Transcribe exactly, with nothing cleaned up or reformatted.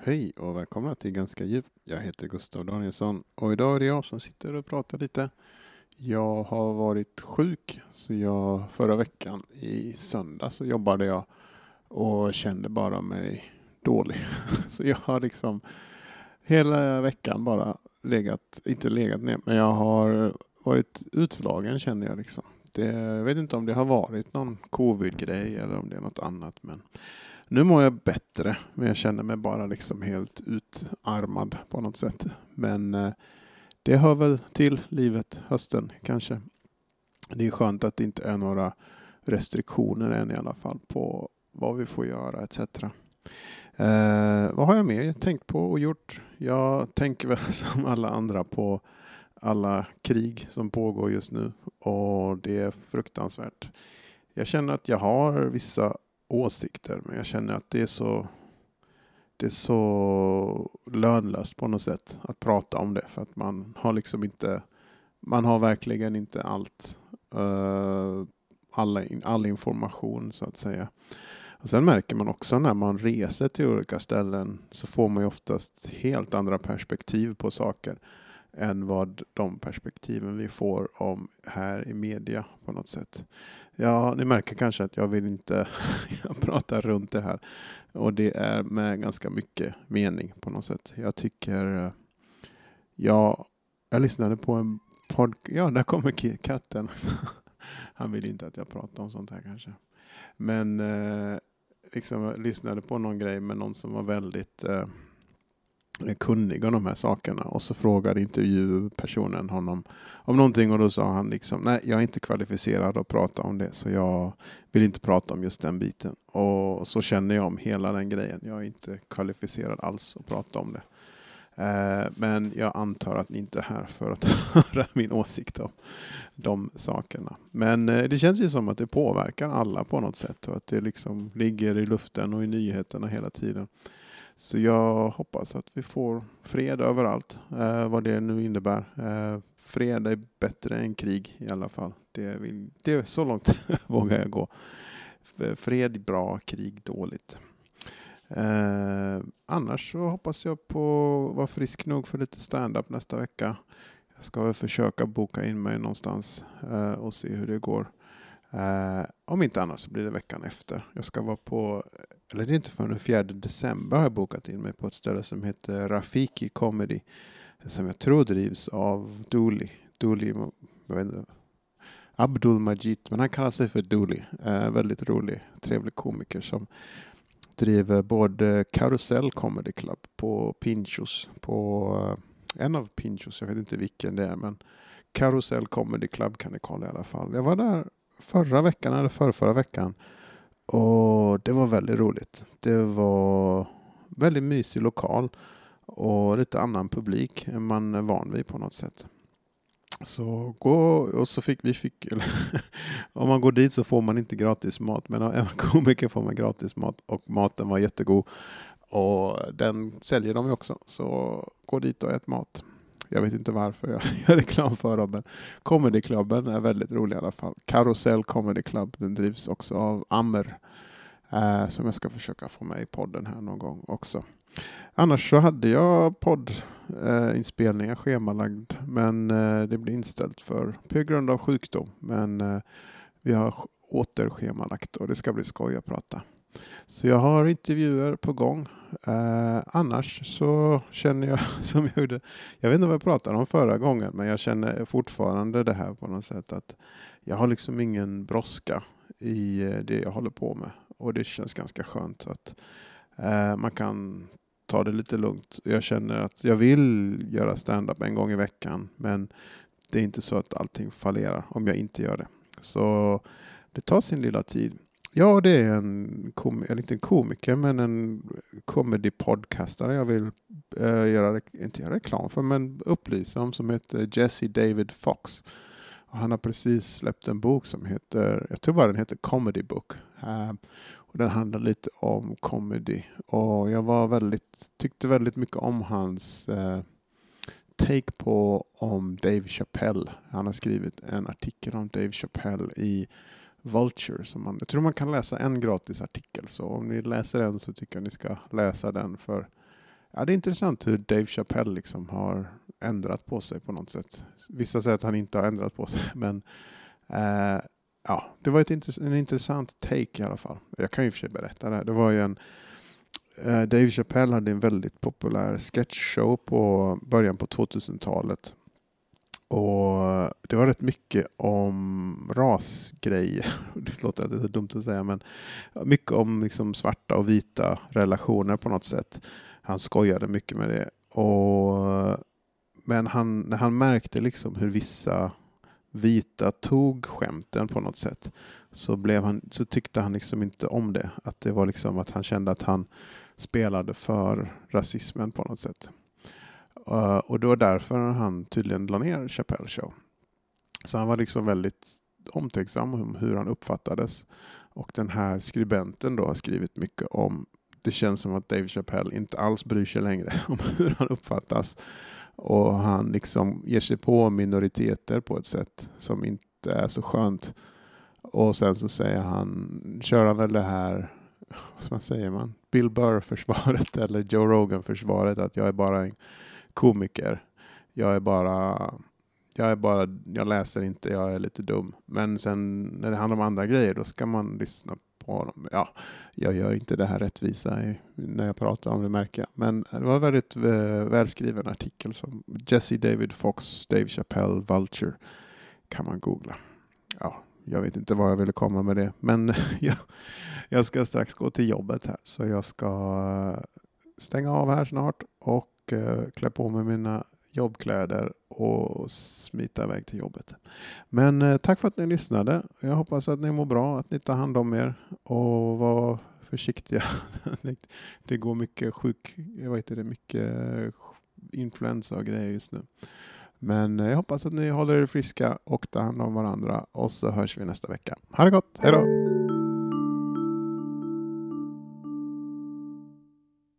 Hej och välkomna till Ganska djupt. Jag heter Gustav Danielsson och idag är det jag som sitter och pratar lite. Jag har varit sjuk så jag förra veckan i söndag så jobbade jag och kände bara mig dålig. Så jag har liksom hela veckan bara legat, inte legat ner, men jag har varit utslagen känner jag liksom. Det, jag vet inte om det har varit någon covid-grej eller om det är något annat, men nu mår jag bättre, men jag känner mig bara liksom helt utarmad på något sätt. Men eh, det hör väl till livet, hösten kanske. Det är skönt att det inte är några restriktioner än i alla fall på vad vi får göra et cetera. Eh, vad har jag mer tänkt på och gjort? Jag tänker väl som alla andra på alla krig som pågår just nu och det är fruktansvärt. Jag känner att jag har vissa åsikter, men jag känner att det är så det är så lönlöst på något sätt att prata om det, för att man har liksom inte man har verkligen inte allt uh, alla, all information så att säga. Och sen märker man också när man reser till olika ställen så får man ju oftast helt andra perspektiv på saker än vad de perspektiven vi får om här i media på något sätt. Ja, ni märker kanske att jag vill inte jag pratar runt det här. Och det är med ganska mycket mening på något sätt. Jag tycker, ja, jag lyssnade på en podd. Ja, där kommer katten. Han vill inte att jag pratar om sånt här kanske. Men eh, liksom jag lyssnade på någon grej med någon som var väldigt eh, kunnig om de här sakerna, och så frågade intervjupersonen honom om någonting och då sa han liksom, nej, jag är inte kvalificerad att prata om det, så jag vill inte prata om just den biten. Och så känner jag om hela den grejen. Jag är inte kvalificerad alls att prata om det. Eh, men jag antar att ni inte är här för att höra min åsikt om de sakerna. Men eh, det känns ju som att det påverkar alla på något sätt och att det liksom ligger i luften och i nyheterna hela tiden. Så jag hoppas att vi får fred överallt, eh, vad det nu innebär. Eh, fred är bättre än krig i alla fall. Det, vill, det är så långt vågar jag gå. Fred bra, krig dåligt. Eh, annars så hoppas jag på att vara frisk nog för lite stand-up nästa vecka. Jag ska väl försöka boka in mig någonstans eh, och se hur det går. Uh, om inte annars så blir det veckan efter. Jag ska vara på, eller det är inte förrän den fjärde december har jag bokat in mig på ett ställe som heter Rafiki Comedy, som jag tror drivs av Dooley. Dooley, jag vet inte, Abdul Majid, men han kallar sig för Dooley. Uh, väldigt rolig, trevlig komiker som driver både Karusell Comedy Club på Pinchos, på uh, en av Pinchos, jag vet inte vilken det är, men Karusell Comedy Club kan ni kolla i alla fall. Jag var där förra veckan eller förra, förra veckan. Och det var väldigt roligt. Det var väldigt mysig lokal. Och lite annan publik än man är van vid på något sätt. Så gå, och så fick vi fick, eller, om man går dit så får man inte gratis mat. Men om man komiker får man gratis mat. Och maten var jättegod. Och den säljer de ju också. Så gå dit och ät mat. Jag vet inte varför jag gör reklam för dem, men Comedyklubben är väldigt rolig i alla fall. Karusell Comedy Club, den drivs också av Amer, eh, som jag ska försöka få med i podden här någon gång också. Annars så hade jag poddinspelningar eh, schemalagd, men eh, det blev inställt för på grund av sjukdom. Men eh, vi har återschemalagt och det ska bli skoj att prata. Så jag har intervjuer på gång. Eh, annars så känner jag som jag gjorde. Jag vet inte vad jag pratade om förra gången, men jag känner fortfarande det här på något sätt att jag har liksom ingen brådska i det jag håller på med. Och det känns ganska skönt att eh, man kan ta det lite lugnt. Jag känner att jag vill göra stand-up en gång i veckan, men det är inte så att allting fallerar om jag inte gör det. Så det tar sin lilla tid. Ja, det är en, kom- eller inte en komiker, men en comedy-podcastare jag vill äh, göra, inte göra reklam för, men upplysa om, som heter Jesse David Fox. Och han har precis släppt en bok som heter, jag tror bara den heter Comedy Book. Uh, och den handlar lite om comedy. Och jag var väldigt, tyckte väldigt mycket om hans uh, take på om Dave Chappelle. Han har skrivit en artikel om Dave Chappelle i Vulture. Som man, jag tror man kan läsa en gratis artikel. Så om ni läser den så tycker jag ni ska läsa den. För Ja, det är intressant hur Dave Chappelle liksom har ändrat på sig på något sätt. Vissa säger att han inte har ändrat på sig, men eh, ja, det var ett intress- en intressant take i alla fall. Jag kan ju för sig berätta det här. Det var ju en eh, Dave Chappelle hade en väldigt populär sketchshow på början på tvåtusentalet. Och det var rätt mycket om rasgrejer. Det låter inte så dumt att säga, men mycket om liksom svarta och vita relationer på något sätt. Han skojade mycket med det. Och, men han, när han märkte liksom hur vissa vita tog skämten på något sätt, så, blev han, så tyckte han liksom inte om det. Att det var liksom att han kände att han spelade för rasismen på något sätt. Uh, och det var därför han tydligen la ner Chappelle Show. Så han var liksom väldigt omtänksam om hur han uppfattades. Och den här skribenten då har skrivit mycket om, det känns som att Dave Chappelle inte alls bryr sig längre om hur han uppfattas. Och han liksom ger sig på minoriteter på ett sätt som inte är så skönt. Och sen så säger han, kör han väl det här, vad säger man, Bill Burr-försvaret eller Joe Rogan-försvaret, att jag är bara en komiker. Jag är bara, jag är bara, jag läser inte, jag är lite dum. Men sen när det handlar om andra grejer, då ska man lyssna på dem. Ja, jag gör inte det här rättvisa i, när jag pratar om det, märker jag. Men det var en väldigt eh, välskriven artikel som Jesse David Fox, Dave Chappelle, Vulture, kan man googla. Ja, jag vet inte vad jag ville komma med det. Men jag, jag ska strax gå till jobbet här. Så jag ska stänga av här snart och klä på mig mina jobbkläder och smita iväg till jobbet. Men eh, tack för att ni lyssnade. Jag hoppas att ni mår bra, att ni tar hand om er och var försiktiga. Det går mycket sjuk, jag vet inte, mycket influensa och grejer just nu. Men jag hoppas att ni håller er friska och tar hand om varandra, och så hörs vi nästa vecka. Ha det gott, hej då!